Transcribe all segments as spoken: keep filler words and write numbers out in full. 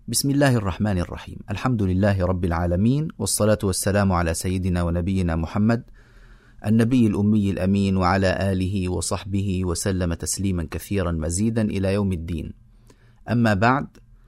بسم الله الرحمن الرحيم. الحمد لله رب العالمين، والصلاة والسلام على سيدنا ونبينا محمد النبي الأمي الأمين، وعلى آله وصحبه وسلم تسليما كثيرا مزيدا إلى يوم الدين. أما بعد،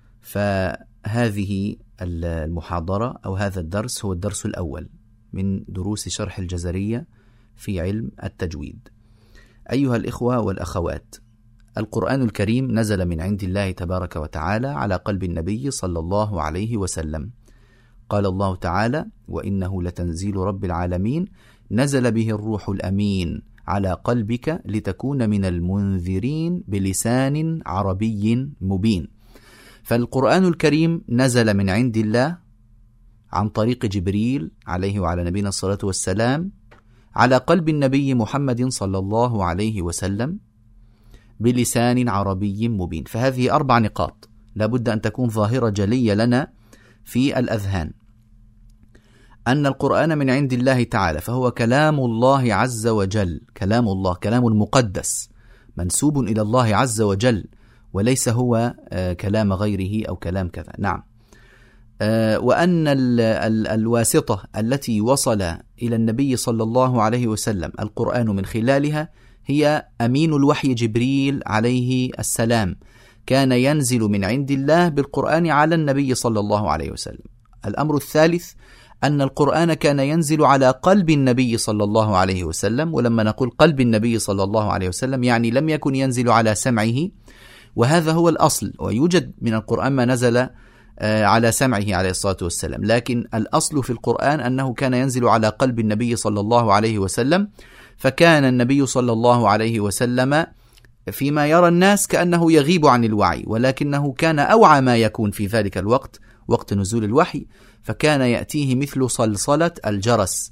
فهذه المحاضرة أو هذا الدرس هو الدرس الأول من دروس شرح الجزرية في علم التجويد. أيها الإخوة والأخوات، القرآن الكريم نزل من عند الله تبارك وتعالى على قلب النبي صلى الله عليه وسلم. قال الله تعالى: وإنه لتنزيل رب العالمين نزل به الروح الأمين على قلبك لتكون من المنذرين بلسان عربي مبين. فالقرآن الكريم نزل من عند الله عن طريق جبريل عليه وعلى نبينا الصلاة والسلام على قلب النبي محمد صلى الله عليه وسلم بلسان عربي مبين. فهذه أربع نقاط لابد أن تكون ظاهرة جلية لنا في الأذهان: أن القرآن من عند الله تعالى، فهو كلام الله عز وجل، كلام الله، كلام مقدس منسوب إلى الله عز وجل، وليس هو كلام غيره أو كلام كذا. نعم. وأن ال ال الواسطة التي وصل إلى النبي صلى الله عليه وسلم القرآن من خلالها هي أمين الوحي جبريل عليه السلام، كان ينزل من عند الله بالقرآن على النبي صلى الله عليه وسلم. الأمر الثالث أن القرآن كان ينزل على قلب النبي صلى الله عليه وسلم، ولما نقول قلب النبي صلى الله عليه وسلم يعني لم يكن ينزل على سمعه، وهذا هو الأصل. ويوجد من القرآن ما نزل على سمعه عليه الصلاة والسلام، لكن الأصل في القرآن أنه كان ينزل على قلب النبي صلى الله عليه وسلم. فكان النبي صلى الله عليه وسلم فيما يرى الناس كأنه يغيب عن الوعي، ولكنه كان أوعى ما يكون في ذلك الوقت، وقت نزول الوحي، فكان يأتيه مثل صلصلة الجرس،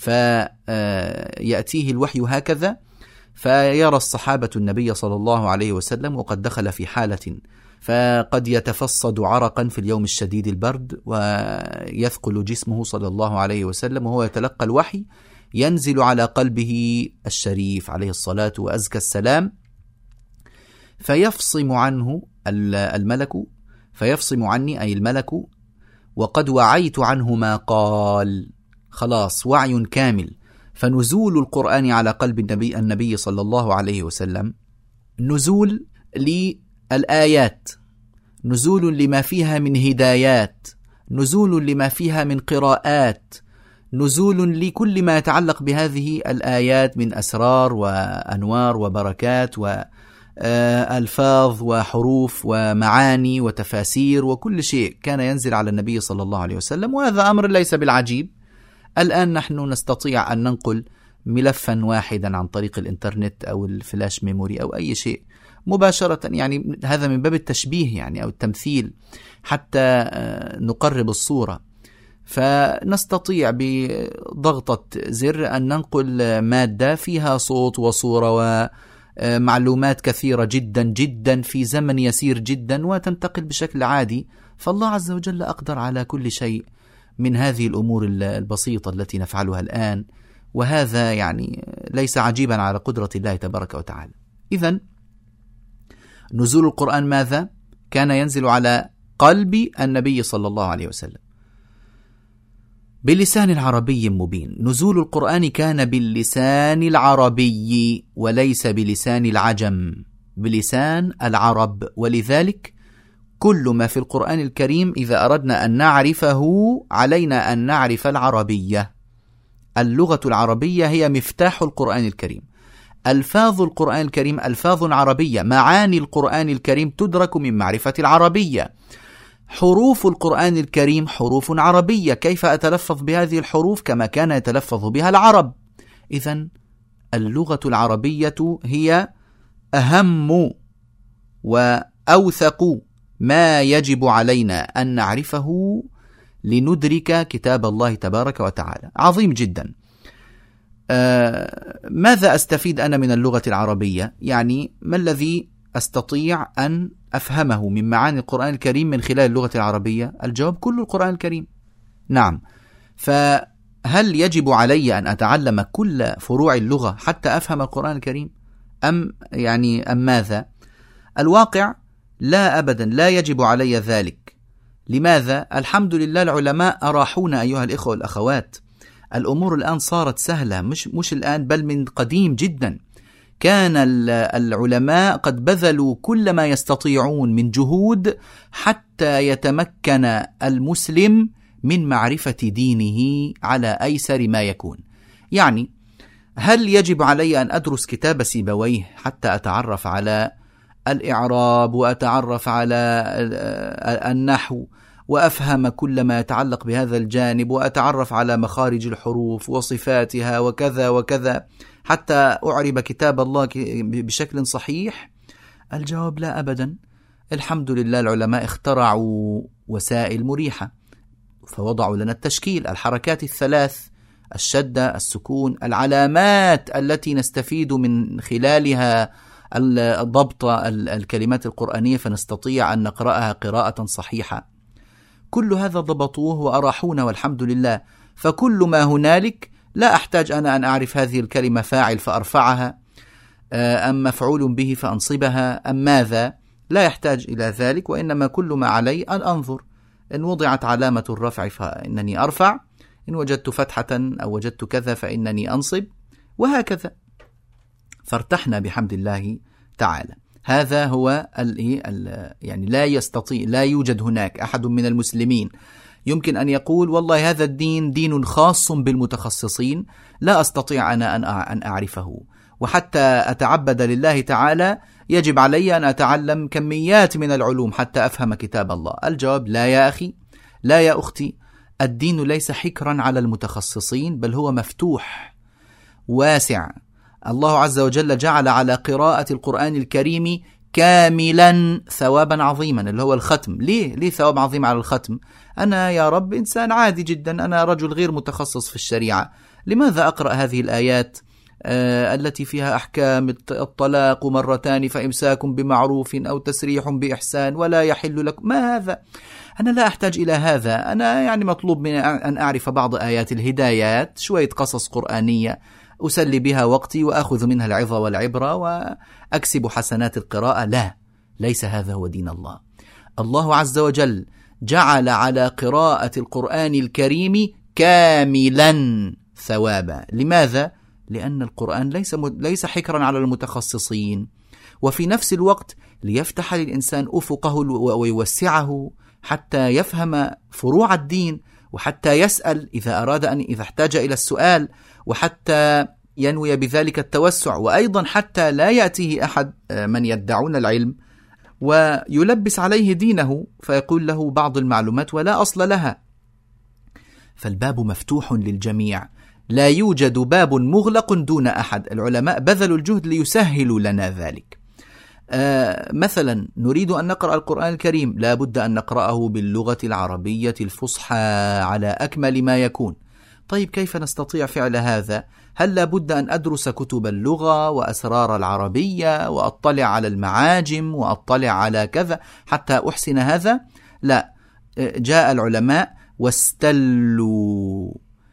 فيأتيه الوحي هكذا، فيرى الصحابة النبي صلى الله عليه وسلم وقد دخل في حالة، فقد يتفصد عرقا في اليوم الشديد البرد، ويثقل جسمه صلى الله عليه وسلم وهو يتلقى الوحي ينزل على قلبه الشريف عليه الصلاة وأزكى السلام، فيفصم عنه الملك، فيفصم عني أي الملك، وقد وعيت عنه ما قال، خلاص وعي كامل. فنزول القرآن على قلب النبي, النبي صلى الله عليه وسلم نزول للآيات، نزول لما فيها من هدايات، نزول لما فيها من قراءات، نزول لكل ما يتعلق بهذه الآيات من أسرار وأنوار وبركات وألفاظ وحروف ومعاني وتفاسير، وكل شيء كان ينزل على النبي صلى الله عليه وسلم. وهذا أمر ليس بالعجيب. الآن نحن نستطيع أن ننقل ملفا واحدا عن طريق الإنترنت أو الفلاش ميموري أو أي شيء مباشرة، يعني هذا من باب التشبيه يعني أو التمثيل حتى نقرب الصورة. فنستطيع بضغطة زر أن ننقل مادة فيها صوت وصورة ومعلومات كثيرة جدا جدا في زمن يسير جدا، وتنتقل بشكل عادي. فالله عز وجل أقدر على كل شيء من هذه الأمور البسيطة التي نفعلها الآن، وهذا يعني ليس عجيبا على قدرة الله تبارك وتعالى. إذن نزول القرآن ماذا؟ كان ينزل على قلب النبي صلى الله عليه وسلم بلسان عربي مبين. نزول القرآن كان باللسان العربي وليس بلسان العجم، بلسان العرب. ولذلك كل ما في القرآن الكريم إذا أردنا أن نعرفه علينا أن نعرف العربية. اللغة العربية هي مفتاح القرآن الكريم. ألفاظ القرآن الكريم ألفاظ عربية، معاني القرآن الكريم تدرك من معرفة العربية. حروف القرآن الكريم حروف عربية، كيف أتلفظ بهذه الحروف كما كان يتلفظ بها العرب. إذن اللغة العربية هي أهم وأوثق ما يجب علينا أن نعرفه لندرك كتاب الله تبارك وتعالى. عظيم جدا. آه ماذا أستفيد أنا من اللغة العربية؟ يعني ما الذي أستطيع أن أفهمه من معاني القرآن الكريم من خلال اللغة العربية؟ الجواب كل القرآن الكريم. نعم. فهل يجب علي أن أتعلم كل فروع اللغة حتى أفهم القرآن الكريم أم يعني أم ماذا؟ الواقع لا أبدا، لا يجب علي ذلك. لماذا؟ الحمد لله العلماء أراحونا أيها الإخوة والأخوات. الأمور الآن صارت سهلة، مش, مش الآن بل من قديم جدا. كان العلماء قد بذلوا كل ما يستطيعون من جهود حتى يتمكن المسلم من معرفة دينه على أيسر ما يكون. يعني هل يجب علي أن أدرس كتاب سيبويه حتى أتعرف على الإعراب وأتعرف على النحو وأفهم كل ما يتعلق بهذا الجانب وأتعرف على مخارج الحروف وصفاتها وكذا وكذا حتى أعرب كتاب الله بشكل صحيح؟ الجواب لا أبدا. الحمد لله العلماء اخترعوا وسائل مريحة، فوضعوا لنا التشكيل، الحركات الثلاث، الشدة، السكون، العلامات التي نستفيد من خلالها ضبط الكلمات القرآنية فنستطيع أن نقرأها قراءة صحيحة. كل هذا ضبطوه وأراحونا والحمد لله. فكل ما هنالك لا أحتاج أنا أن أعرف هذه الكلمة فاعل فأرفعها أم مفعول به فأنصبها أم ماذا، لا يحتاج إلى ذلك، وإنما كل ما علي أن أنظر إن وضعت علامة الرفع فإنني أرفع، إن وجدت فتحة أو وجدت كذا فإنني أنصب، وهكذا. فارتحنا بحمد الله تعالى. هذا هو ال يعني لا يستطيع لا يوجد هناك أحد من المسلمين يمكن أن يقول والله هذا الدين دين خاص بالمتخصصين لا أستطيع أنا أن أعرفه، وحتى أتعبد لله تعالى يجب علي أن أتعلم كميات من العلوم حتى أفهم كتاب الله. الجواب لا يا أخي، لا يا أختي. الدين ليس حكرا على المتخصصين، بل هو مفتوح واسع. الله عز وجل جعل على قراءة القرآن الكريم كاملا ثوابا عظيما، اللي هو الختم. ليه؟ ليه ثواب عظيم على الختم؟ أنا يا رب إنسان عادي جدا، أنا رجل غير متخصص في الشريعة، لماذا أقرأ هذه الآيات آه التي فيها أحكام الطلاق مرتان فإمساك بمعروف أو تسريح بإحسان ولا يحل لكم؟ ما هذا؟ أنا لا أحتاج إلى هذا. أنا يعني مطلوب من أن أعرف بعض آيات الهدايات، شوية قصص قرآنية أسلي بها وقتي وأخذ منها العظة والعبرة وأكسب حسنات القراءة. لا، ليس هذا هو دين الله. الله عز وجل جعل على قراءة القرآن الكريم كاملا ثوابا. لماذا؟ لأن القرآن ليس ليس حكرا على المتخصصين، وفي نفس الوقت ليفتح للإنسان أفقه ويوسعه حتى يفهم فروع الدين، وحتى يسأل إذا أراد أن إذا احتاج إلى السؤال، وحتى ينوي بذلك التوسع، وأيضا حتى لا يأتيه أحد من يدعون العلم ويلبس عليه دينه فيقول له بعض المعلومات ولا أصل لها. فالباب مفتوح للجميع، لا يوجد باب مغلق دون أحد. العلماء بذلوا الجهد ليسهلوا لنا ذلك. آه مثلا نريد أن نقرأ القرآن الكريم، لا بد أن نقرأه باللغة العربية الفصحى على أكمل ما يكون. طيب كيف نستطيع فعل هذا؟ هل لا بد أن أدرس كتب اللغة وأسرار العربية وأطلع على المعاجم وأطلع على كذا حتى أحسن هذا؟ لا، جاء العلماء واستلوا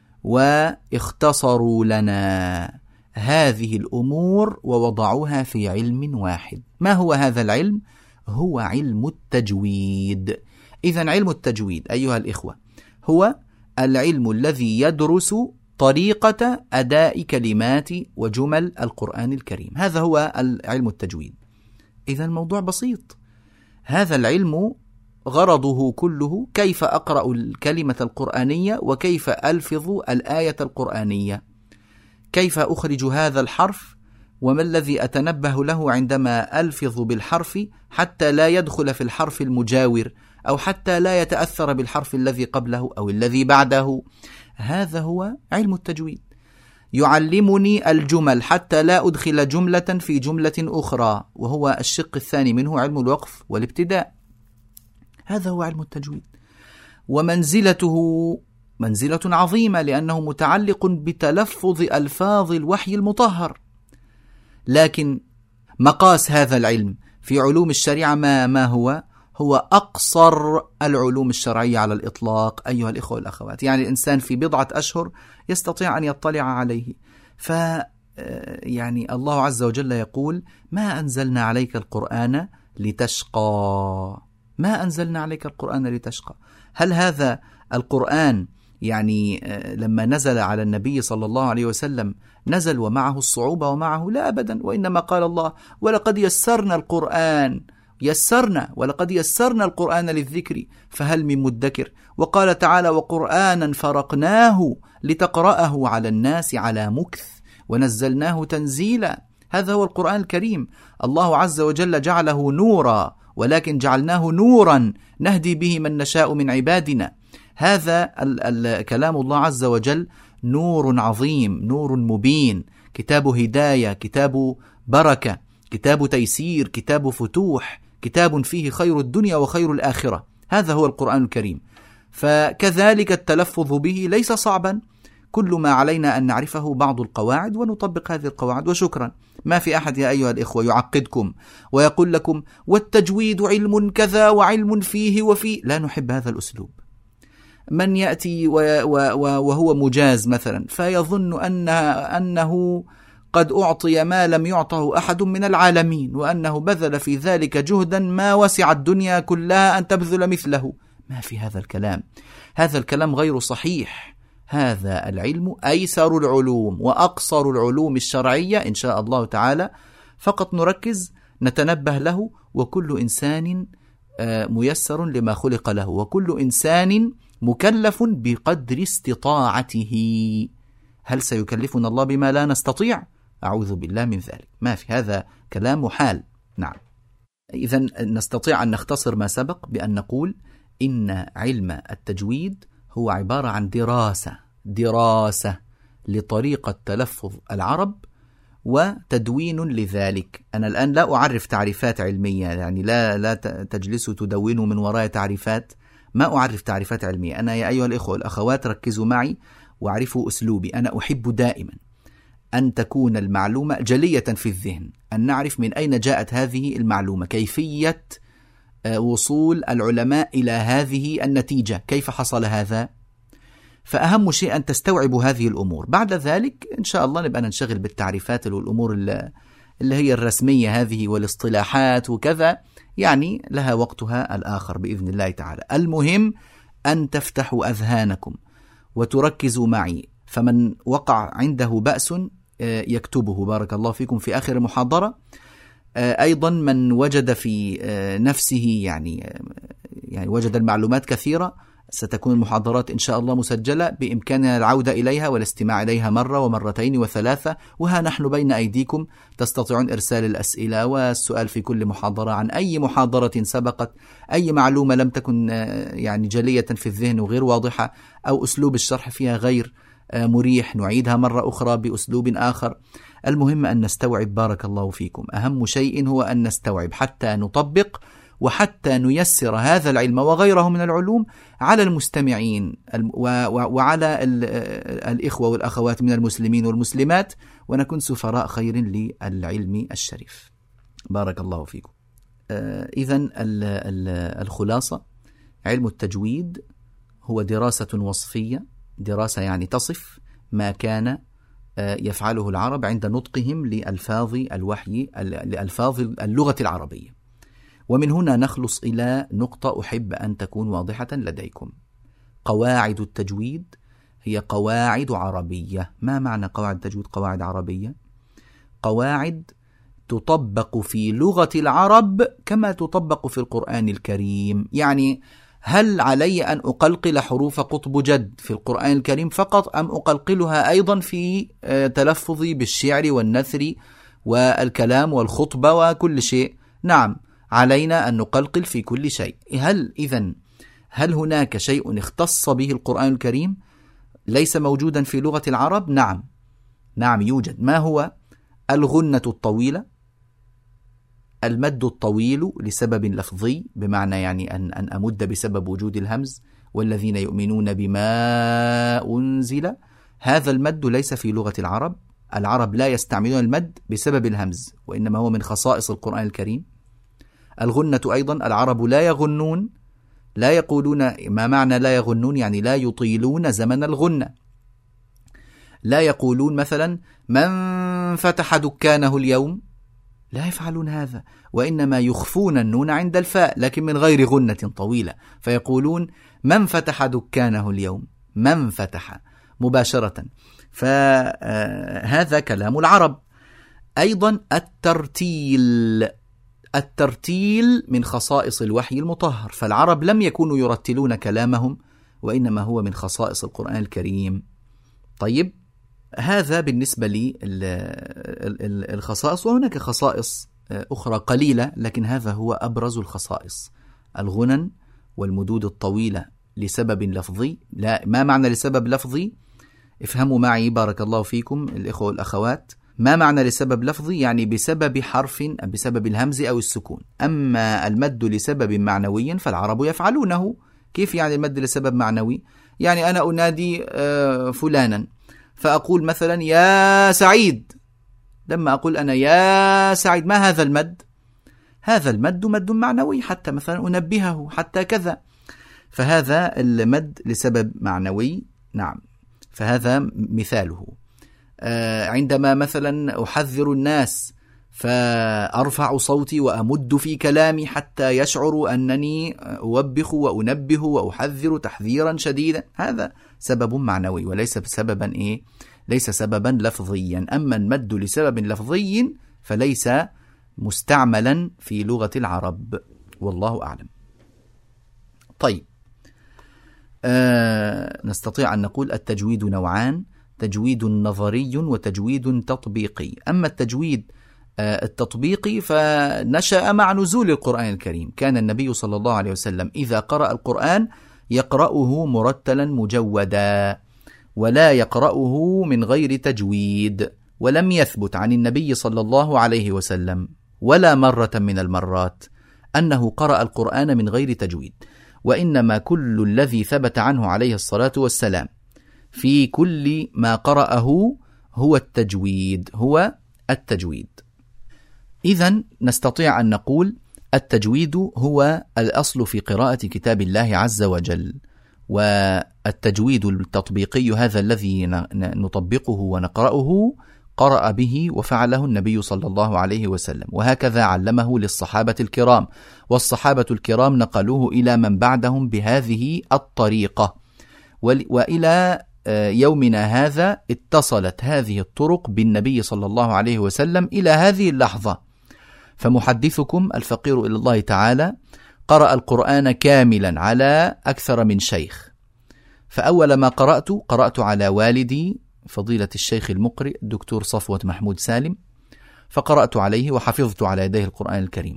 واختصروا لنا هذه الأمور ووضعوها في علم واحد. ما هو هذا العلم؟ هو علم التجويد. إذن علم التجويد أيها الإخوة هو العلم الذي يدرس طريقة أداء كلمات وجمل القرآن الكريم. هذا هو علم التجويد. إذن الموضوع بسيط. هذا العلم غرضه كله كيف أقرأ الكلمة القرآنية وكيف ألفظ الآية القرآنية، كيف أخرج هذا الحرف وما الذي أتنبه له عندما ألفظ بالحرف حتى لا يدخل في الحرف المجاور أو حتى لا يتأثر بالحرف الذي قبله أو الذي بعده. هذا هو علم التجويد. يعلمني الجمل حتى لا أدخل جملة في جملة أخرى، وهو الشق الثاني منه علم الوقف والابتداء. هذا هو علم التجويد، ومنزلته منزلة عظيمة لأنه متعلق بتلفظ ألفاظ الوحي المطهر. لكن مقاس هذا العلم في علوم الشريعة ما, ما هو؟ هو أقصر العلوم الشرعية على الإطلاق أيها الإخوة والأخوات. يعني الإنسان في بضعة أشهر يستطيع أن يطلع عليه. ف يعني الله عز وجل يقول ما أنزلنا عليك القرآن لتشقى. ما أنزلنا عليك القرآن لتشقى. هل هذا القرآن يعني لما نزل على النبي صلى الله عليه وسلم نزل ومعه الصعوبة ومعه؟ لا أبدا، وإنما قال الله ولقد يسرنا القرآن يسرنا ولقد يسرنا القرآن للذكر فهل من مدكر. وقال تعالى وقرآنا فرقناه لتقرأه على الناس على مكث ونزلناه تنزيلا. هذا هو القرآن الكريم. الله عز وجل جعله نورا، ولكن جعلناه نورا نهدي به من نشاء من عبادنا. هذا ال- ال- كلام الله عز وجل نور عظيم، نور مبين، كتاب هداية، كتاب بركة، كتاب تيسير، كتاب فتوح، كتاب فيه خير الدنيا وخير الآخرة. هذا هو القرآن الكريم. فكذلك التلفظ به ليس صعبا، كل ما علينا أن نعرفه بعض القواعد ونطبق هذه القواعد وشكرا. ما في أحد يا أيها الإخوة يعقدكم ويقول لكم والتجويد علم كذا وعلم فيه وفيه. لا نحب هذا الأسلوب. من يأتي وهو مجاز مثلا فيظن أن أنه قد أعطي ما لم يعطه أحد من العالمين، وأنه بذل في ذلك جهدا ما وسع الدنيا كلها أن تبذل مثله. ما في هذا الكلام، هذا الكلام غير صحيح. هذا العلم أيسر العلوم وأقصر العلوم الشرعية إن شاء الله تعالى، فقط نركز نتنبه له. وكل إنسان ميسر لما خلق له، وكل إنسان مكلف بقدر استطاعته. هل سيكلفنا الله بما لا نستطيع؟ أعوذ بالله من ذلك، ما في، هذا كلام محال. نعم، إذن نستطيع أن نختصر ما سبق بأن نقول إن علم التجويد هو عبارة عن دراسة دراسة لطريقة تلفظ العرب وتدوين لذلك. أنا الآن لا أعرف تعريفات علمية، يعني لا لا تجلسوا تدونوا من وراء تعريفات، ما أعرف تعريفات علمية. أنا يا أيها الإخوة والأخوات ركزوا معي واعرفوا أسلوبي. أنا أحب دائما أن تكون المعلومة جلية في الذهن، أن نعرف من أين جاءت هذه المعلومة، كيفية وصول العلماء إلى هذه النتيجة، كيف حصل هذا. فأهم شيء أن تستوعبوا هذه الأمور. بعد ذلك إن شاء الله نبقى ننشغل بالتعريفات والأمور اللي هي الرسمية هذه والاصطلاحات وكذا، يعني لها وقتها الآخر بإذن الله تعالى. المهم أن تفتحوا أذهانكم وتركزوا معي. فمن وقع عنده بأس يكتبه، بارك الله فيكم، في آخر المحاضرة. أيضا من وجد في نفسه يعني يعني وجد المعلومات كثيرة، ستكون المحاضرات إن شاء الله مسجلة، بإمكاننا العودة إليها والاستماع إليها مرة ومرتين وثلاثة. وها نحن بين أيديكم، تستطيعون إرسال الأسئلة والسؤال في كل محاضرة عن أي محاضرة سبقت، أي معلومة لم تكن يعني جلية في الذهن وغير واضحة، أو أسلوب الشرح فيها غير مريح، نعيدها مرة أخرى بأسلوب آخر. المهم أن نستوعب، بارك الله فيكم. أهم شيء هو أن نستوعب حتى نطبق، وحتى نيسر هذا العلم وغيره من العلوم على المستمعين وعلى الإخوة والأخوات من المسلمين والمسلمات، ونكون سفراء خير للعلم الشريف. بارك الله فيكم. إذن الخلاصة، علم التجويد هو دراسة وصفية، دراسة يعني تصف ما كان يفعله العرب عند نطقهم لألفاظ الوحي، لألفاظ اللغة العربية. ومن هنا نخلص إلى نقطة أحب أن تكون واضحة لديكم. قواعد التجويد هي قواعد عربية. ما معنى قواعد التجويد؟ قواعد عربية، قواعد تطبق في لغة العرب كما تطبق في القرآن الكريم. يعني هل علي أن أقلقل حروف قطب جد في القرآن الكريم فقط، أم أقلقلها أيضا في تلفظي بالشعر والنثر والكلام والخطبة وكل شيء؟ نعم، علينا أن نقلقل في كل شيء. هل إذن هل هناك شيء اختص به القرآن الكريم ليس موجودا في لغة العرب؟ نعم نعم يوجد. ما هو؟ الغنة الطويلة، المد الطويل لسبب لفظي، بمعنى يعني أن أن أمد بسبب وجود الهمز، والذين يؤمنون بما أنزل. هذا المد ليس في لغة العرب، العرب لا يستعملون المد بسبب الهمز، وإنما هو من خصائص القرآن الكريم. الغنة أيضا، العرب لا يغنون، لا يقولون. ما معنى لا يغنون؟ يعني لا يطيلون زمن الغنة. لا يقولون مثلا من فتح دكانه اليوم، لا يفعلون هذا، وإنما يخفون النون عند الفاء لكن من غير غنة طويلة، فيقولون من فتح دكانه اليوم، من فتح مباشرة. فهذا كلام العرب. أيضا الترتيل، الترتيل من خصائص الوحي المطهر، فالعرب لم يكونوا يرتلون كلامهم، وإنما هو من خصائص القرآن الكريم. طيب، هذا بالنسبة لي الخصائص، وهناك خصائص أخرى قليلة لكن هذا هو أبرز الخصائص. الغنن والمدود الطويلة لسبب لفظي. لا، ما معنى لسبب لفظي؟ افهموا معي بارك الله فيكم الإخوة والأخوات. ما معنى لسبب لفظي؟ يعني بسبب حرف، بسبب الهمز أو السكون. أما المد لسبب معنوي فالعرب يفعلونه. كيف يعني المد لسبب معنوي؟ يعني أنا أنادي فلانا فأقول مثلا يا سعيد، لما أقول أنا يا سعيد ما هذا المد؟ هذا المد مد معنوي، حتى مثلا أنبهه حتى كذا، فهذا المد لسبب معنوي. نعم، فهذا مثاله. عندما مثلا أحذر الناس فأرفع صوتي وأمد في كلامي حتى يشعروا أنني أوبخ وأنبه وأحذر تحذيرا شديدا، هذا سبب معنوي وليس سببا إيه؟ ليس سببا لفظيا. أما المد لسبب لفظي فليس مستعملا في لغة العرب، والله أعلم. طيب، آه نستطيع أن نقول التجويد نوعان: تجويد نظري وتجويد تطبيقي. أما التجويد التطبيقي فنشأ مع نزول القرآن الكريم. كان النبي صلى الله عليه وسلم إذا قرأ القرآن يقرأه مرتلا مجودا، ولا يقرأه من غير تجويد. ولم يثبت عن النبي صلى الله عليه وسلم ولا مرة من المرات أنه قرأ القرآن من غير تجويد، وإنما كل الذي ثبت عنه عليه الصلاة والسلام في كل ما قرأه هو التجويد، هو التجويد. إذن نستطيع أن نقول التجويد هو الأصل في قراءة كتاب الله عز وجل، والتجويد التطبيقي هذا الذي نطبقه ونقرأه قرأ به وفعله النبي صلى الله عليه وسلم، وهكذا علمه للصحابة الكرام، والصحابة الكرام نقلوه إلى من بعدهم بهذه الطريقة، وإلى يومنا هذا اتصلت هذه الطرق بالنبي صلى الله عليه وسلم إلى هذه اللحظة. فمحدثكم الفقير إلى الله تعالى قرأ القرآن كاملا على أكثر من شيخ. فأول ما قرأت قرأت على والدي فضيلة الشيخ المقرئ الدكتور صفوة محمود سالم، فقرأت عليه وحفظت على يديه القرآن الكريم.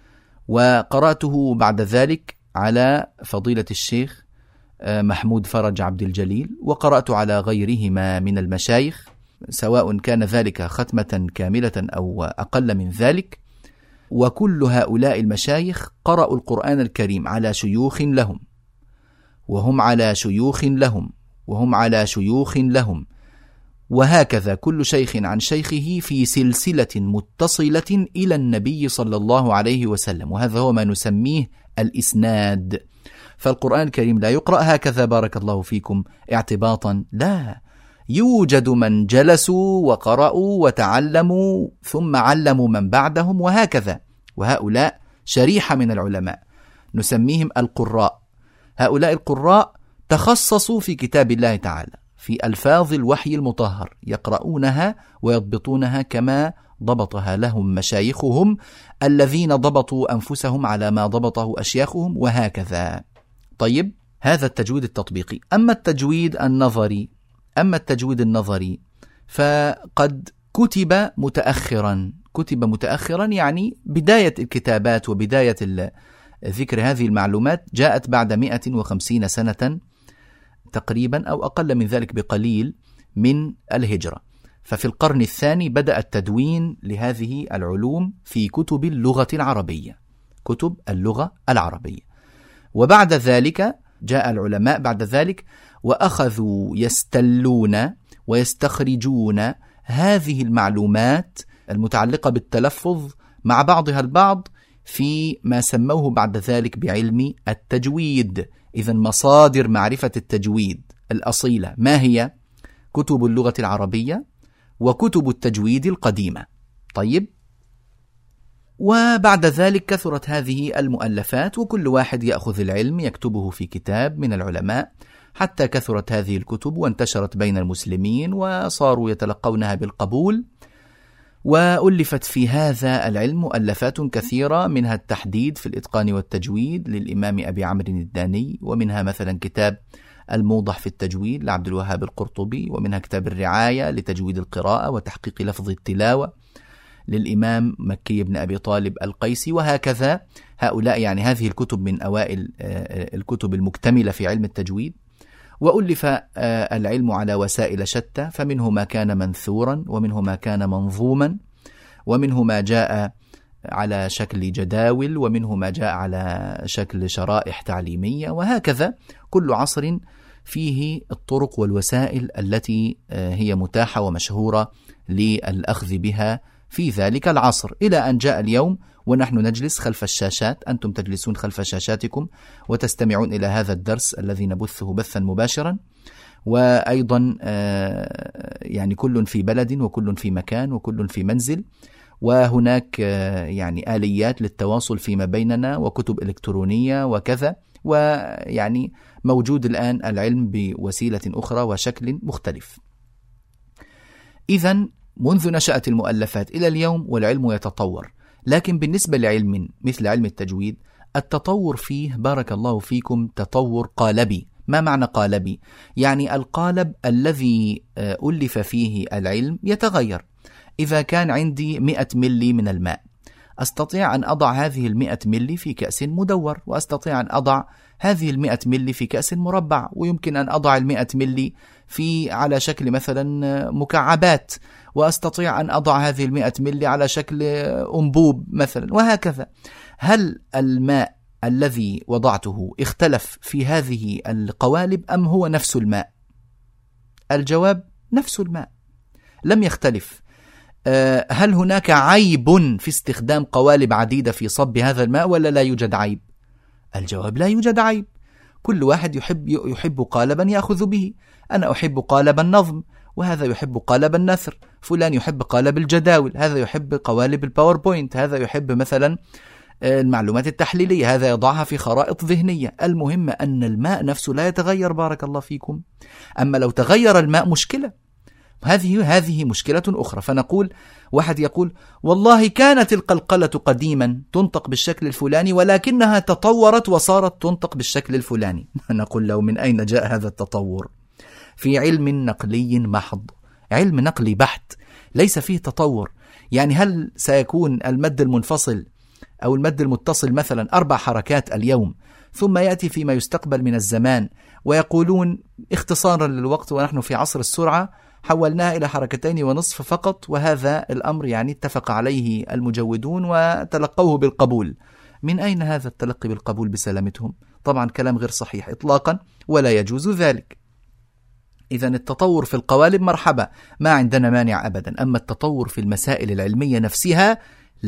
وقرأته بعد ذلك على فضيلة الشيخ محمود فرج عبد الجليل، وقرأت على غيرهما من المشايخ سواء كان ذلك ختمة كاملة أو أقل من ذلك. وكل هؤلاء المشايخ قرأوا القرآن الكريم على شيوخ لهم، وهم على شيوخ لهم، وهم على شيوخ لهم، وهكذا كل شيخ عن شيخه في سلسلة متصلة إلى النبي صلى الله عليه وسلم، وهذا هو ما نسميه الإسناد. فالقرآن الكريم لا يقرأ هكذا بارك الله فيكم اعتباطا، لا، يوجد من جلسوا وقرأوا وتعلموا ثم علموا من بعدهم وهكذا، وهؤلاء شريحة من العلماء نسميهم القراء. هؤلاء القراء تخصصوا في كتاب الله تعالى في ألفاظ الوحي المطهر، يقرؤونها ويضبطونها كما ضبطها لهم مشايخهم الذين ضبطوا أنفسهم على ما ضبطه أشياخهم وهكذا. طيب، هذا التجويد التطبيقي. أما التجويد النظري أما التجويد النظري فقد كتب متأخرا كتب متأخرا يعني بداية الكتابات وبداية ذكر هذه المعلومات جاءت بعد مئة وخمسين سنة تقريبا أو أقل من ذلك بقليل من الهجرة. ففي القرن الثاني بدأ التدوين لهذه العلوم في كتب اللغة العربية كتب اللغة العربية وبعد ذلك جاء العلماء بعد ذلك وأخذوا يستلون ويستخرجون هذه المعلومات المتعلقة بالتلفظ مع بعضها البعض في ما سموه بعد ذلك بعلم التجويد. إذن مصادر معرفة التجويد الأصيلة ما هي؟ كتب اللغة العربية وكتب التجويد القديمة. طيب، وبعد ذلك كثرت هذه المؤلفات، وكل واحد يأخذ العلم يكتبه في كتاب من العلماء، حتى كثرت هذه الكتب وانتشرت بين المسلمين وصاروا يتلقونها بالقبول. وألفت في هذا العلم مؤلفات كثيرة، منها التحديد في الإتقان والتجويد للإمام أبي عمرو الداني، ومنها مثلا كتاب الموضح في التجويد لعبد الوهاب القرطبي، ومنها كتاب الرعاية لتجويد القراءة وتحقيق لفظ التلاوة للإمام مكي بن أبي طالب القيسي، وهكذا. هؤلاء يعني هذه الكتب من أوائل الكتب المكتملة في علم التجويد. وألف العلم على وسائل شتى، فمنه ما كان منثورا، ومنه ما كان منظوما، ومنه ما جاء على شكل جداول، ومنه ما جاء على شكل شرائح تعليمية، وهكذا. كل عصر فيه الطرق والوسائل التي هي متاحة ومشهورة للأخذ بها في ذلك العصر، إلى أن جاء اليوم ونحن نجلس خلف الشاشات، أنتم تجلسون خلف شاشاتكم وتستمعون إلى هذا الدرس الذي نبثه بثا مباشرا. وأيضا يعني كل في بلد، وكل في مكان، وكل في منزل، وهناك يعني آليات للتواصل فيما بيننا، وكتب إلكترونية وكذا، ويعني موجود الآن العلم بوسيلة أخرى وشكل مختلف. إذن منذ نشأت المؤلفات إلى اليوم والعلم يتطور، لكن بالنسبة لعلم مثل علم التجويد التطور فيه بارك الله فيكم تطور قالبي. ما معنى قالبي؟ يعني القالب الذي ألف فيه العلم يتغير. إذا كان عندي مئة ملي من الماء، أستطيع أن أضع هذه المئة ملي في كأس مدور، وأستطيع أن أضع هذه المئة ملي في كأس مربع، ويمكن أن أضع المئة ملي في على شكل مثلا مكعبات، وأستطيع أن أضع هذه المئة ملي على شكل أنبوب مثلا، وهكذا. هل الماء الذي وضعته اختلف في هذه القوالب أم هو نفس الماء؟ الجواب نفس الماء، لم يختلف. هل هناك عيب في استخدام قوالب عديدة في صب هذا الماء ولا لا يوجد عيب؟ الجواب لا يوجد عيب. كل واحد يحب يحب قالبا يأخذ به. أنا أحب قالب النظم، وهذا يحب قالب النثر، فلان يحب قالب الجداول، هذا يحب قوالب الباوربوينت، هذا يحب مثلا المعلومات التحليلية، هذا يضعها في خرائط ذهنية. المهم أن الماء نفسه لا يتغير بارك الله فيكم. أما لو تغير الماء مشكلة، هذه هذه مشكلة أخرى. فنقول واحد يقول والله كانت القلقلة قديما تنطق بالشكل الفلاني ولكنها تطورت وصارت تنطق بالشكل الفلاني. نقول له من أين جاء هذا التطور؟ في علم نقلي محض، علم نقلي بحت، ليس فيه تطور. يعني هل سيكون المد المنفصل أو المد المتصل مثلا أربع حركات اليوم، ثم يأتي فيما يستقبل من الزمان ويقولون اختصارا للوقت ونحن في عصر السرعة حولناها إلى حركتين ونصف فقط، وهذا الأمر يعني اتفق عليه المجودون وتلقوه بالقبول. من أين هذا التلقي بالقبول بسلامتهم؟ طبعا كلام غير صحيح إطلاقا، ولا يجوز ذلك. إذن التطور في القوالب مرحبا، ما عندنا مانع أبدا. أما التطور في المسائل العلمية نفسها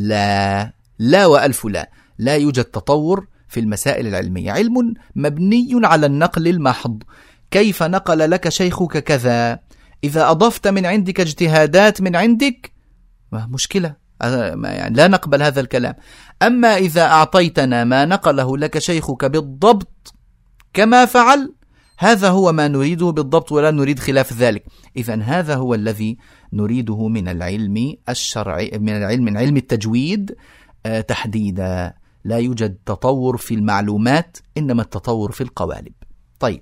لا لا وألف لا لا يوجد تطور في المسائل العلمية. علم مبني على النقل المحض. كيف نقل لك شيخك كذا؟ إذا أضفت من عندك اجتهادات من عندك مشكلة، يعني لا نقبل هذا الكلام. أما إذا أعطيتنا ما نقله لك شيخك بالضبط كما فعل، هذا هو ما نريده بالضبط ولا نريد خلاف ذلك. إذن هذا هو الذي نريده من العلم الشرعي، من العلم من علم التجويد تحديدا. لا يوجد تطور في المعلومات، إنما التطور في القوالب. طيب،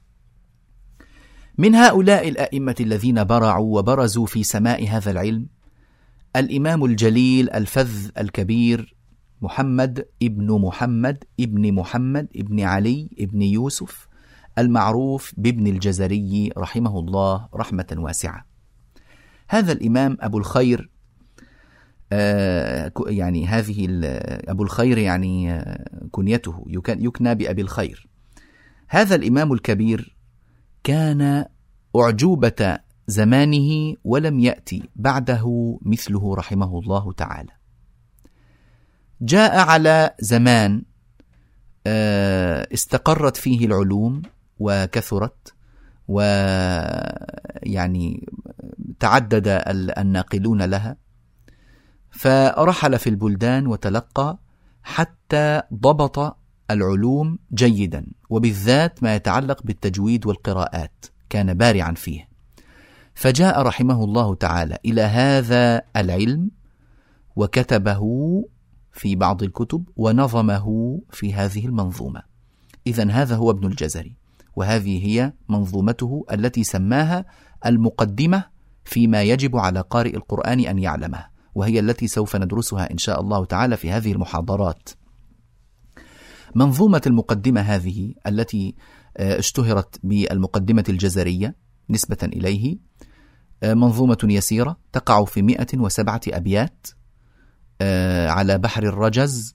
من هؤلاء الأئمة الذين برعوا وبرزوا في سماء هذا العلم الإمام الجليل الفذ الكبير محمد ابن محمد ابن محمد ابن علي ابن يوسف المعروف بابن الجزري رحمه الله رحمة واسعة. هذا الإمام أبو الخير، آه يعني هذه أبو الخير يعني آه كنيته يكنى بأبي الخير. هذا الإمام الكبير كان أعجوبة زمانه ولم يأتي بعده مثله رحمه الله تعالى. جاء على زمان استقرت فيه العلوم وكثرت، ويعني تعدد الناقلون لها، فرحل في البلدان وتلقى حتى ضبط العلوم جيدا، وبالذات ما يتعلق بالتجويد والقراءات كان بارعا فيه. فجاء رحمه الله تعالى إلى هذا العلم وكتبه في بعض الكتب ونظمه في هذه المنظومة. إذن هذا هو ابن الجزري، وهذه هي منظومته التي سماها المقدمة فيما يجب على قارئ القرآن أن يعلمه، وهي التي سوف ندرسها إن شاء الله تعالى في هذه المحاضرات. منظومة المقدمة هذه التي اشتهرت بالمقدمة الجزرية نسبة إليه منظومة يسيرة تقع في مئة وسبعة أبيات على بحر الرجز،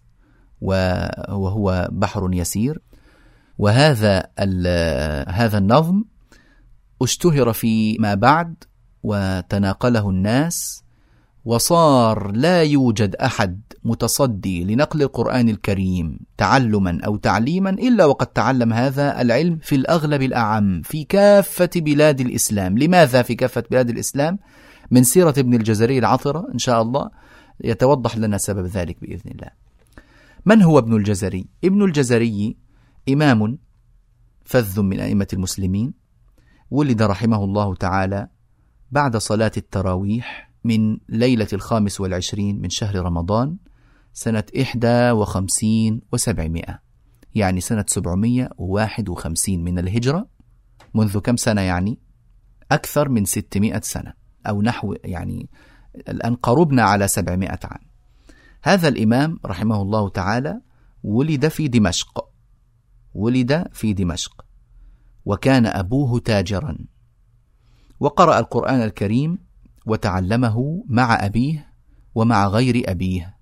وهو بحر يسير. وهذا هذا النظم اشتهر فيما بعد وتناقله الناس، وصار لا يوجد أحد متصدي لنقل القرآن الكريم تعلما أو تعليما إلا وقد تعلم هذا العلم في الأغلب الأعم في كافة بلاد الإسلام. لماذا في كافة بلاد الإسلام؟ من سيرة ابن الجزري العطرة إن شاء الله يتوضح لنا سبب ذلك بإذن الله. من هو ابن الجزري؟ ابن الجزري إمام فذ من أئمة المسلمين، ولد رحمه الله تعالى بعد صلاة التراويح من ليلة الخامس والعشرين من شهر رمضان سنة إحدى وخمسين وسبعمائة، يعني سنة سبعمائة وواحد وخمسين من الهجرة. منذ كم سنة؟ يعني أكثر من ستمائة سنة، أو نحو يعني الآن قربنا على سبعمائة عام. هذا الإمام رحمه الله تعالى ولد في دمشق، ولد في دمشق وكان أبوه تاجرا، وقرأ القرآن الكريم وتعلمه مع أبيه ومع غير أبيه،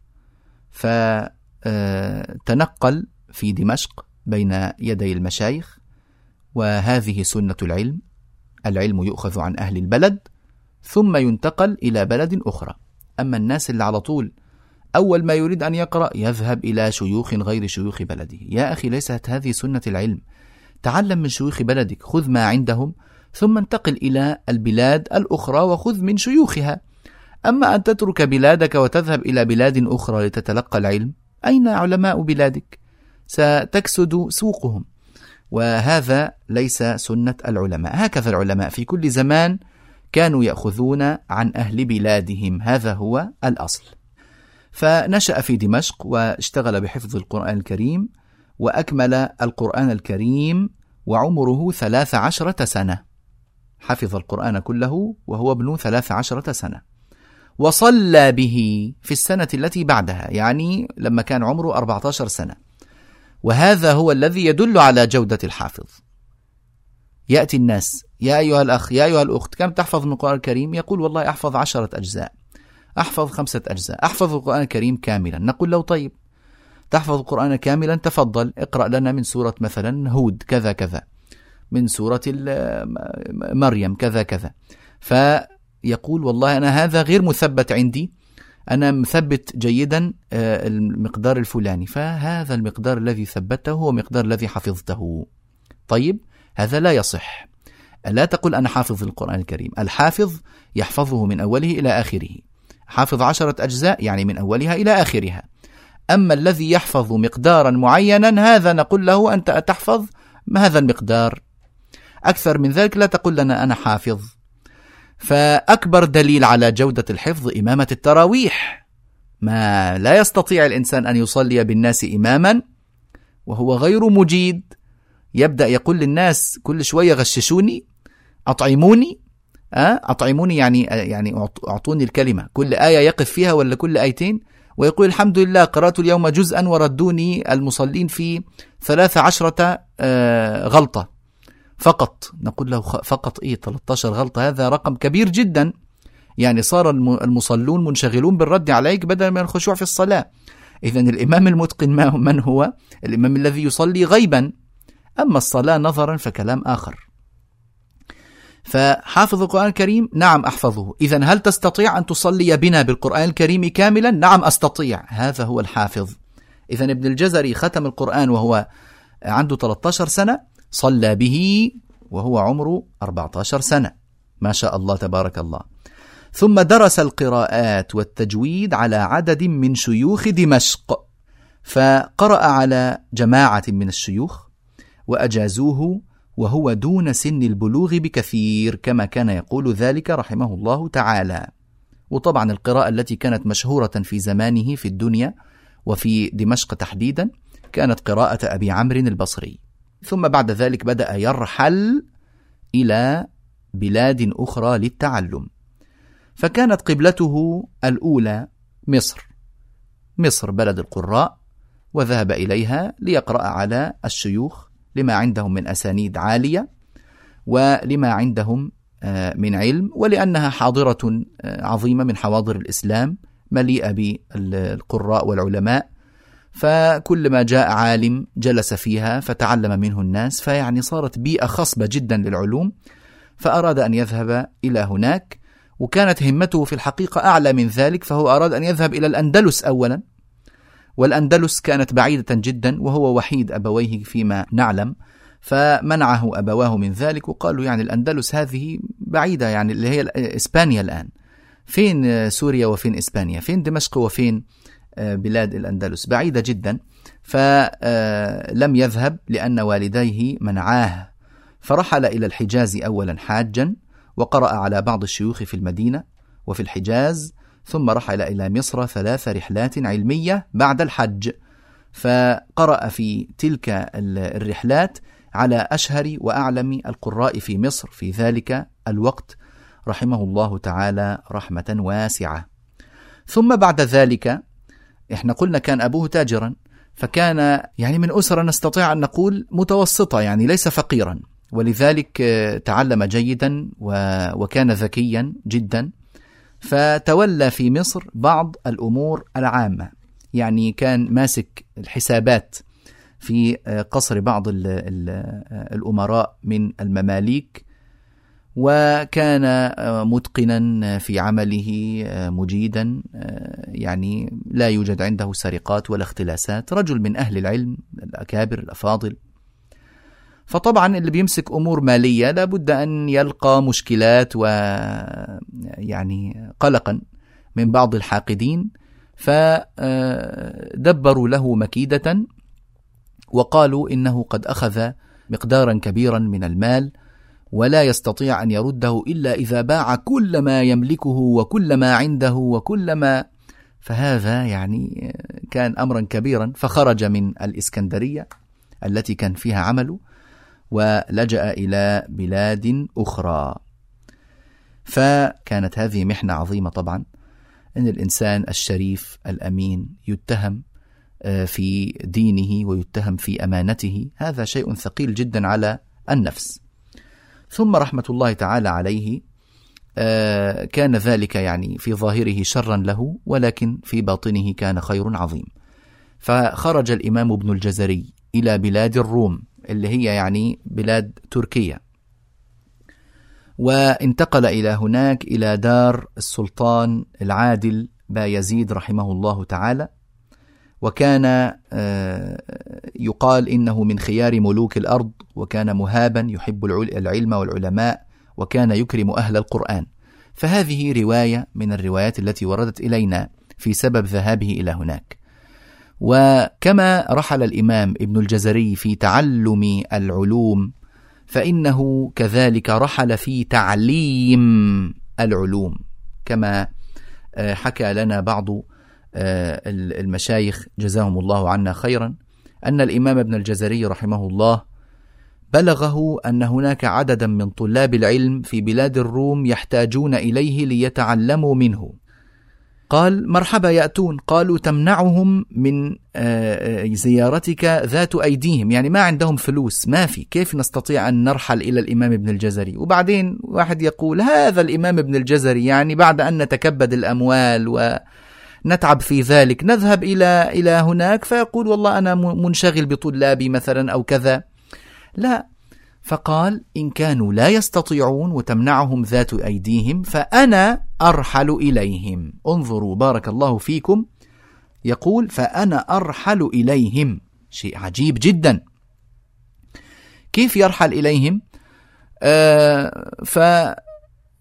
فتنقل في دمشق بين يدي المشايخ، وهذه سنة العلم. العلم يؤخذ عن أهل البلد ثم ينتقل إلى بلد أخرى. أما الناس اللي على طول أول ما يريد أن يقرأ يذهب إلى شيوخ غير شيوخ بلده، يا أخي ليست هذه سنة العلم. تعلم من شيوخ بلدك، خذ ما عندهم ثم انتقل إلى البلاد الأخرى وخذ من شيوخها. أما أن تترك بلادك وتذهب إلى بلاد أخرى لتتلقى العلم، أين علماء بلادك؟ ستكسد سوقهم، وهذا ليس سنة العلماء. هكذا العلماء في كل زمان كانوا يأخذون عن أهل بلادهم، هذا هو الأصل. فنشأ في دمشق واشتغل بحفظ القرآن الكريم، وأكمل القرآن الكريم وعمره ثلاث عشرة سنة، حفظ القرآن كله وهو ابن ثلاث عشرة سنة، وصلى به في السنة التي بعدها، يعني لما كان عمره أربعة عشر سنة. وهذا هو الذي يدل على جودة الحافظ. يأتي الناس: يا أيها الأخ، يا أيها الأخت، كم تحفظ من القرآن الكريم؟ يقول: والله أحفظ عشرة أجزاء، أحفظ خمسة أجزاء، أحفظ القرآن الكريم كاملا. نقول له: طيب تحفظ القرآن كاملا، تفضل اقرأ لنا من سورة مثلا هود كذا كذا، من سورة مريم كذا كذا. فيقول: والله أنا هذا غير مثبت عندي، أنا مثبت جيدا المقدار الفلاني، فهذا المقدار الذي ثبته هو المقدار الذي حفظته. طيب هذا لا يصح. لا تقل أنا حافظ القرآن الكريم. الحافظ يحفظه من أوله إلى آخره، حافظ عشرة أجزاء يعني من أولها إلى آخرها. أما الذي يحفظ مقدارا معينا هذا نقول له: أنت تحفظ هذا المقدار، أكثر من ذلك لا تقول لنا أنا حافظ. فأكبر دليل على جودة الحفظ إمامة التراويح. ما لا يستطيع الإنسان أن يصلي بالناس إماما وهو غير مجيد، يبدأ يقول للناس كل شوية: غششوني، أطعموني، أطعموني يعني يعني أعطوني الكلمة، كل آية يقف فيها ولا كل آيتين، ويقول: الحمد لله قرأت اليوم جزءا وردوني المصلين في ثلاث عشرة غلطة فقط. نقول له: فقط إيه؟ ثلاثة عشر غلطة هذا رقم كبير جدا، يعني صار المصلون منشغلون بالرد عليك بدل من الخشوع في الصلاة. إذن الإمام المتقن من هو؟ الإمام الذي يصلي غيبا، أما الصلاة نظرا فكلام آخر. فحافظ القرآن الكريم: نعم أحفظه. إذن هل تستطيع أن تصلي بنا بالقرآن الكريم كاملا؟ نعم أستطيع. هذا هو الحافظ. إذن ابن الجزري ختم القرآن وهو عنده ثلاثة عشر سنة، صلى به وهو عمره أربعة عشر سنة، ما شاء الله تبارك الله. ثم درس القراءات والتجويد على عدد من شيوخ دمشق، فقرأ على جماعة من الشيوخ وأجازوه وهو دون سن البلوغ بكثير، كما كان يقول ذلك رحمه الله تعالى. وطبعا القراءة التي كانت مشهورة في زمانه في الدنيا وفي دمشق تحديدا كانت قراءة أبي عمرو البصري. ثم بعد ذلك بدأ يرحل إلى بلاد أخرى للتعلم، فكانت قبلته الأولى مصر، مصر بلد القراء، وذهب إليها ليقرأ على الشيوخ لما عندهم من أسانيد عالية ولما عندهم من علم، ولأنها حاضرة عظيمة من حواضر الإسلام مليئة بالقراء والعلماء، فكل ما جاء عالم جلس فيها فتعلم منه الناس، فيعني صارت بيئة خصبة جدا للعلوم، فأراد أن يذهب إلى هناك. وكانت همته في الحقيقة أعلى من ذلك، فهو أراد أن يذهب إلى الأندلس أولا، والأندلس كانت بعيدة جدا وهو وحيد أبويه فيما نعلم، فمنعه أبواه من ذلك وقالوا يعني الأندلس هذه بعيدة، يعني اللي هي إسبانيا الآن، فين سوريا وفين إسبانيا، فين دمشق وفين بلاد الأندلس، بعيدة جدا. فلم يذهب لأن والديه منعاه، فرحل إلى الحجاز أولا حاجا، وقرأ على بعض الشيوخ في المدينة وفي الحجاز، ثم رحل إلى مصر ثلاث رحلات علمية بعد الحج، فقرأ في تلك الرحلات على أشهر وأعلم القراء في مصر في ذلك الوقت رحمه الله تعالى رحمة واسعة. ثم بعد ذلك احنا قلنا كان أبوه تاجرا، فكان يعني من أسرة نستطيع أن نقول متوسطة، يعني ليس فقيرا، ولذلك تعلم جيدا وكان ذكيا جدا، فتولى في مصر بعض الأمور العامة، يعني كان ماسك الحسابات في قصر بعض ال ال الأمراء من المماليك، وكان متقنا في عمله مجيدا، يعني لا يوجد عنده سرقات ولا اختلاسات، رجل من أهل العلم الأكابر الأفاضل. فطبعا اللي بيمسك أمور مالية لابد أن يلقى مشكلات ويعني قلقا من بعض الحاقدين، فدبروا له مكيدة وقالوا إنه قد أخذ مقدارا كبيرا من المال ولا يستطيع أن يرده إلا إذا باع كل ما يملكه وكل ما عنده وكل ما، فهذا يعني كان أمرا كبيرا، فخرج من الإسكندرية التي كان فيها عمله ولجأ إلى بلاد أخرى. فكانت هذه محنة عظيمة طبعا، أن الإنسان الشريف الأمين يتهم في دينه ويتهم في أمانته، هذا شيء ثقيل جدا على النفس. ثم رحمة الله تعالى عليه كان ذلك يعني في ظاهره شرا له، ولكن في باطنه كان خير عظيم. فخرج الإمام ابن الجزري إلى بلاد الروم اللي هي يعني بلاد تركيا، وانتقل إلى هناك إلى دار السلطان العادل بايزيد رحمه الله تعالى، وكان يقال إنه من خيار ملوك الأرض، وكان مهابا يحب العلم والعلماء، وكان يكرم أهل القرآن. فهذه رواية من الروايات التي وردت إلينا في سبب ذهابه إلى هناك. وكما رحل الإمام ابن الجزري في تعلم العلوم، فإنه كذلك رحل في تعليم العلوم، كما حكى لنا بعض المشايخ جزاهم الله عنا خيرا أن الإمام ابن الجزري رحمه الله بلغه أن هناك عددا من طلاب العلم في بلاد الروم يحتاجون إليه ليتعلموا منه. قال مرحبا يأتون، قالوا تمنعهم من زيارتك ذات أيديهم، يعني ما عندهم فلوس، ما في، كيف نستطيع أن نرحل إلى الإمام ابن الجزري؟ وبعدين واحد يقول هذا الإمام ابن الجزري يعني بعد أن نتكبد الأموال ونتعب في ذلك نذهب إلى إلى هناك، فيقول والله أنا منشغل بطلابي مثلا أو كذا. لا، فقال إن كانوا لا يستطيعون وتمنعهم ذات أيديهم فأنا أرحل إليهم. انظروا بارك الله فيكم، يقول فأنا أرحل إليهم، شيء عجيب جدا. كيف يرحل إليهم؟ آه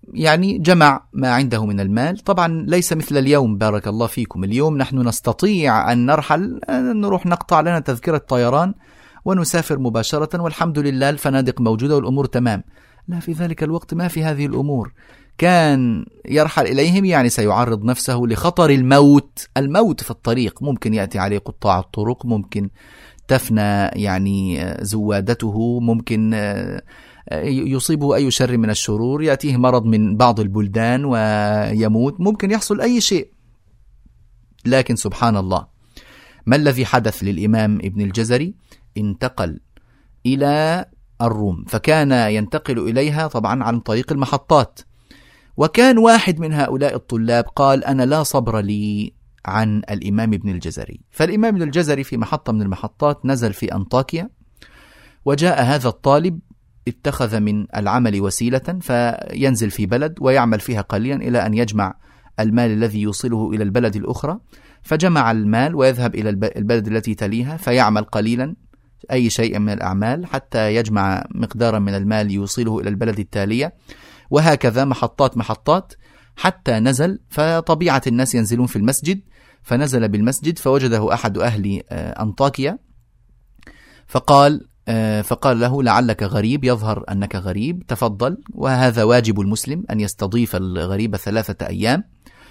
يعني جمع ما عنده من المال. طبعا ليس مثل اليوم بارك الله فيكم، اليوم نحن نستطيع أن نرحل، نروح نقطع لنا تذكرة طيران ونسافر مباشرة والحمد لله الفنادق موجودة والأمور تمام. لا، في ذلك الوقت ما في هذه الأمور. كان يرحل إليهم يعني سيعرض نفسه لخطر الموت، الموت في الطريق، ممكن يأتي عليه قطاع الطرق، ممكن تفنى يعني زوادته، ممكن يصيبه أي شر من الشرور، يأتيه مرض من بعض البلدان ويموت، ممكن يحصل أي شيء. لكن سبحان الله، ما الذي حدث للإمام ابن الجزري؟ انتقل إلى الروم، فكان ينتقل إليها طبعا عن طريق المحطات. وكان واحد من هؤلاء الطلاب قال أنا لا صبر لي عن الإمام ابن الجزري. فالإمام ابن الجزري في محطة من المحطات نزل في أنطاكيا، وجاء هذا الطالب اتخذ من العمل وسيلة فينزل في بلد ويعمل فيها قليلا إلى أن يجمع المال الذي يوصله إلى البلد الأخرى، فجمع المال ويذهب إلى البلد التي تليها فيعمل قليلا أي شيء من الأعمال حتى يجمع مقدارا من المال يوصله إلى البلد التالية، وهكذا محطات محطات حتى نزل. فطبيعة الناس ينزلون في المسجد، فنزل بالمسجد فوجده أحد أهل أنطاكيا فقال فقال له لعلك غريب، يظهر أنك غريب، تفضل، وهذا واجب المسلم أن يستضيف الغريب ثلاثة أيام.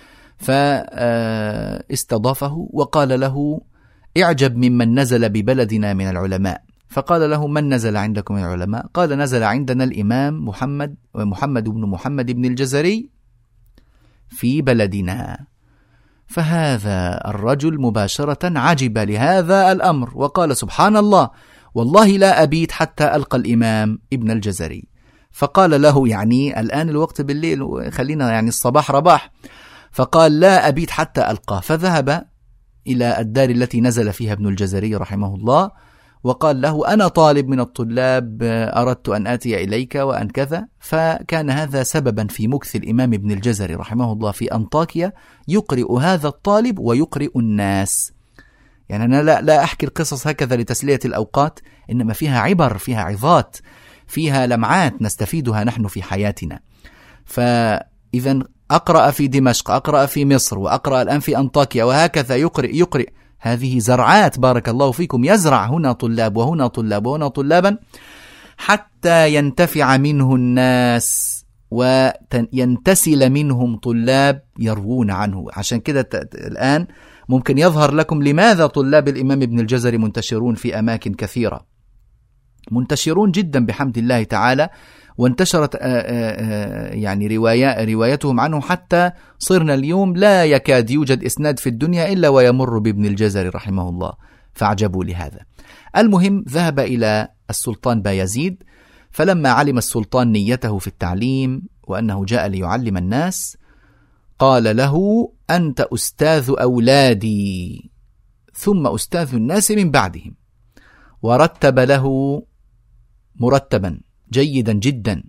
فاستضافه وقال له اعجب ممن نزل ببلدنا من العلماء. فقال له من نزل عندكم من العلماء؟ قال نزل عندنا الإمام محمد محمد بن محمد بن الجزري في بلدنا. فهذا الرجل مباشرة عجب لهذا الأمر وقال سبحان الله، والله لا أبيت حتى ألقى الإمام ابن الجزري. فقال له يعني الآن الوقت بالليل، خلينا يعني الصباح رباح، فقال لا أبيت حتى ألقاه. فذهب إلى الدار التي نزل فيها ابن الجزري رحمه الله وقال له أنا طالب من الطلاب، أردت أن آتي إليك وأن كذا. فكان هذا سببا في مكث الإمام ابن الجزري رحمه الله في أنطاكيا، يقرئ هذا الطالب ويقرئ الناس. يعني أنا لا, لا أحكي القصص هكذا لتسلية الأوقات، إنما فيها عبر، فيها عظات، فيها لمعات نستفيدها نحن في حياتنا. فإذا أقرأ في دمشق، أقرأ في مصر، وأقرأ الآن في أنطاكيا، وهكذا يقرئ يقرئ هذه زرعات بارك الله فيكم، يزرع هنا طلاب وهنا طلاب وهنا طلابا حتى ينتفع منه الناس وينتسل منهم طلاب يروون عنه. عشان كده الآن ممكن يظهر لكم لماذا طلاب الإمام ابن الجزري منتشرون في أماكن كثيرة، منتشرون جدا بحمد الله تعالى، وانتشرت يعني رواية روايتهم عنه حتى صرنا اليوم لا يكاد يوجد إسناد في الدنيا إلا ويمر بابن الجزري رحمه الله، فاعجبوا لهذا. المهم ذهب إلى السلطان بايزيد، فلما علم السلطان نيته في التعليم وأنه جاء ليعلم الناس قال له أنت أستاذ أولادي ثم أستاذ الناس من بعدهم، ورتب له مرتبا جيدا جدا،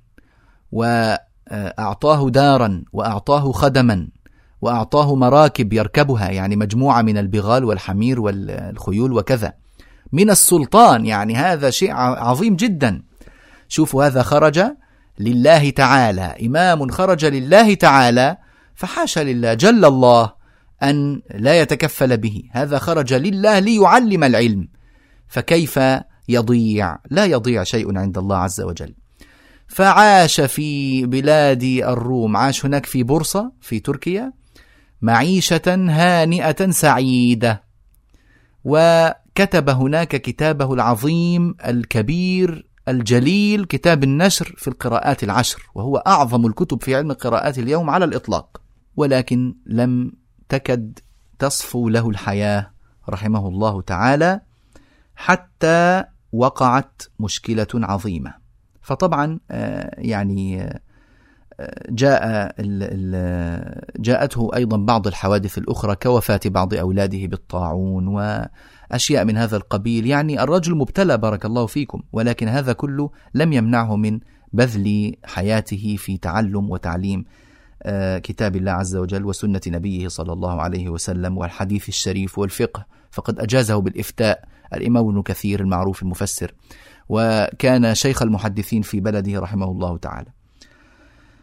وأعطاه دارا وأعطاه خدما وأعطاه مراكب يركبها، يعني مجموعة من البغال والحمير والخيول وكذا من السلطان. يعني هذا شيء عظيم جدا. شوفوا هذا خرج لله تعالى، إمام خرج لله تعالى، فحاشا لله جل الله أن لا يتكفل به، هذا خرج لله ليعلم العلم، فكيف يضيع؟ لا يضيع شيء عند الله عز وجل. فعاش في بلاد الروم، عاش هناك في بورصة في تركيا معيشة هانئة سعيدة، وكتب هناك كتابه العظيم الكبير الجليل، كتاب النشر في القراءات العشر، وهو أعظم الكتب في علم القراءات اليوم على الإطلاق، ولكن لم تكد تصفو له الحياة رحمه الله تعالى حتى وقعت مشكلة عظيمة. فطبعا يعني جاء جاءته أيضا بعض الحوادث الأخرى كوفاة بعض أولاده بالطاعون وأشياء من هذا القبيل. يعني الرجل مبتلى بارك الله فيكم، ولكن هذا كله لم يمنعه من بذل حياته في تعلم وتعليم كتاب الله عز وجل وسنة نبيه صلى الله عليه وسلم والحديث الشريف والفقه، فقد أجازه بالإفتاء الإمام ابن كثير المعروف المفسر، وكان شيخ المحدثين في بلده رحمه الله تعالى.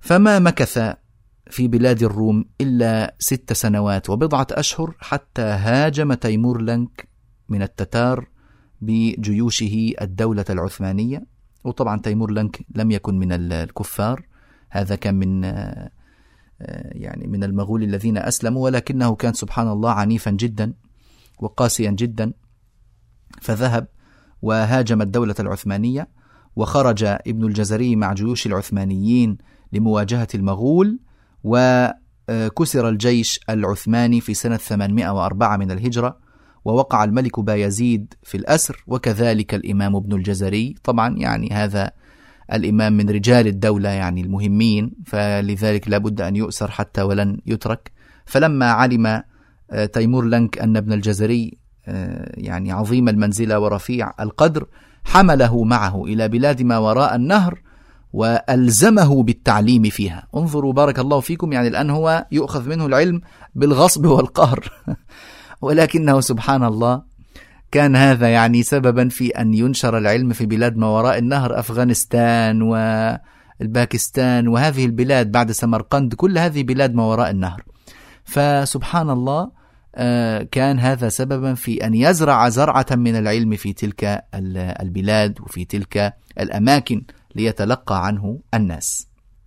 فما مكث في بلاد الروم إلا ست سنوات وبضعة أشهر حتى هاجم تيمور لنك من التتار بجيوشه الدولة العثمانية. وطبعا تيمور لنك لم يكن من الكفار، هذا كان من يعني من المغول الذين أسلموا، ولكنه كان سبحان الله عنيفا جدا وقاسيا جدا، فذهب وهاجم الدولة العثمانية، وخرج ابن الجزري مع جيوش العثمانيين لمواجهة المغول، وكسر الجيش العثماني في سنة ثمانمائة وأربعة من الهجرة، ووقع الملك بايزيد في الأسر، وكذلك الإمام ابن الجزري. طبعا يعني هذا الإمام من رجال الدولة يعني المهمين، فلذلك لابد أن يؤسر حتى ولن يترك. فلما علم تيمور لنك أن ابن الجزري يعني عظيم المنزلة ورفيع القدر، حمله معه إلى بلاد ما وراء النهر وألزمه بالتعليم فيها. انظروا بارك الله فيكم، يعني الآن هو يؤخذ منه العلم بالغصب والقهر ولكنه سبحان الله كان هذا يعني سببا في أن ينشر العلم في بلاد ما وراء النهر، أفغانستان والباكستان وهذه البلاد بعد سمرقند، كل هذه بلاد ما وراء النهر. فسبحان الله كان هذا سببا في أن يزرع زرعة من العلم في تلك البلاد وفي تلك الأماكن ليتلقى عنه الناس.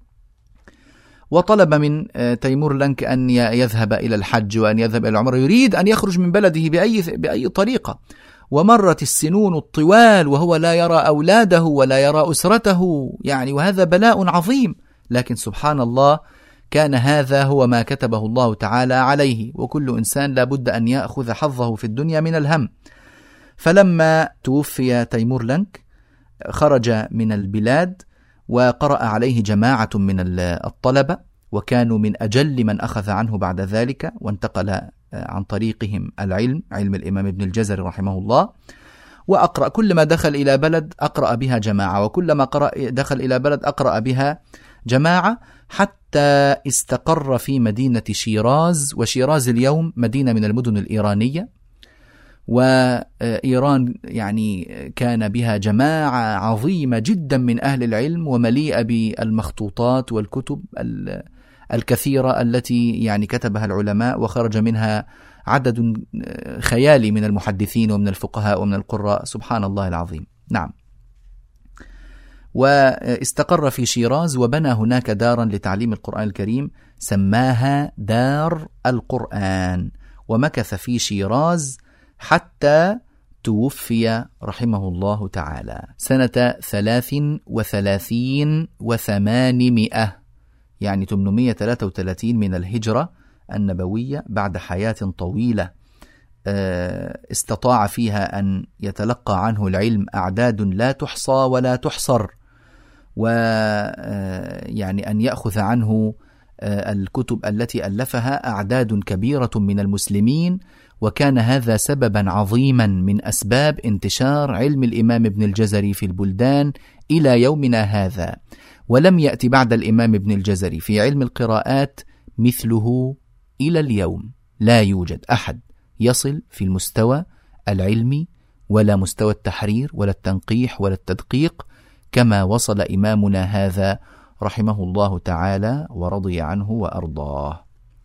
وطلب من تيمور لنك أن يذهب إلى الحج وأن يذهب إلى العمرة، يريد أن يخرج من بلده بأي, بأي طريقة. ومرت السنون الطوال وهو لا يرى أولاده ولا يرى أسرته، يعني وهذا بلاء عظيم، لكن سبحان الله كان هذا هو ما كتبه الله تعالى عليه، وكل إنسان لابد أن يأخذ حظه في الدنيا من الهم. فلما توفي تيمور لنك خرج من البلاد وقرأ عليه جماعة من الطلبة، وكانوا من أجل من أخذ عنه بعد ذلك، وانتقل عن طريقهم العلم، علم الإمام ابن الجزري رحمه الله. وأقرأ كل ما دخل إلى بلد أقرأ بها جماعة، وكلما قرأ دخل إلى بلد أقرأ بها جماعة، حتى استقر في مدينة شيراز. وشيراز اليوم مدينة من المدن الإيرانية، وإيران يعني كان بها جماعة عظيمة جدا من أهل العلم، ومليئة بالمخطوطات والكتب الكثيرة التي يعني كتبها العلماء، وخرج منها عدد خيالي من المحدثين ومن الفقهاء ومن القراء، سبحان الله العظيم. نعم. واستقر في شيراز وبنى هناك دارا لتعليم القرآن الكريم سماها دار القرآن، ومكث في شيراز حتى توفي رحمه الله تعالى سنة ثلاث وثلاثين وثمانمائة، يعني ثمانمائة وثلاثة وثلاثين من الهجرة النبوية، بعد حياة طويلة استطاع فيها أن يتلقى عنه العلم أعداد لا تحصى ولا تحصر، ويعني أن يأخذ عنه الكتب التي ألفها أعداد كبيرة من المسلمين. وكان هذا سببا عظيما من أسباب انتشار علم الإمام ابن الجزري في البلدان إلى يومنا هذا. ولم يأتي بعد الإمام ابن الجزري في علم القراءات مثله إلى اليوم، لا يوجد أحد يصل في المستوى العلمي ولا مستوى التحرير ولا التنقيح ولا التدقيق كما وصل إمامنا هذا رحمه الله تعالى ورضي عنه وأرضاه.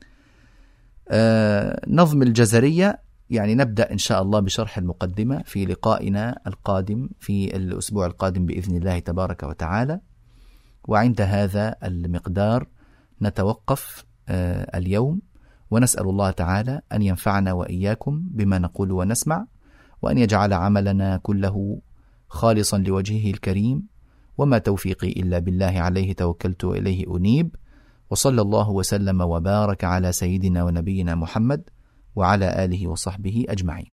آه نظم الجزرية، يعني نبدأ إن شاء الله بشرح المقدمة في لقائنا القادم في الأسبوع القادم بإذن الله تبارك وتعالى. وعند هذا المقدار نتوقف آه اليوم، ونسأل الله تعالى أن ينفعنا وإياكم بما نقول ونسمع، وأن يجعل عملنا كله خالصا لوجهه الكريم، وما توفيقي إلا بالله، عليه توكلت وإليه أنيب. وصلى الله وسلم وبارك على سيدنا ونبينا محمد وعلى آله وصحبه أجمعين.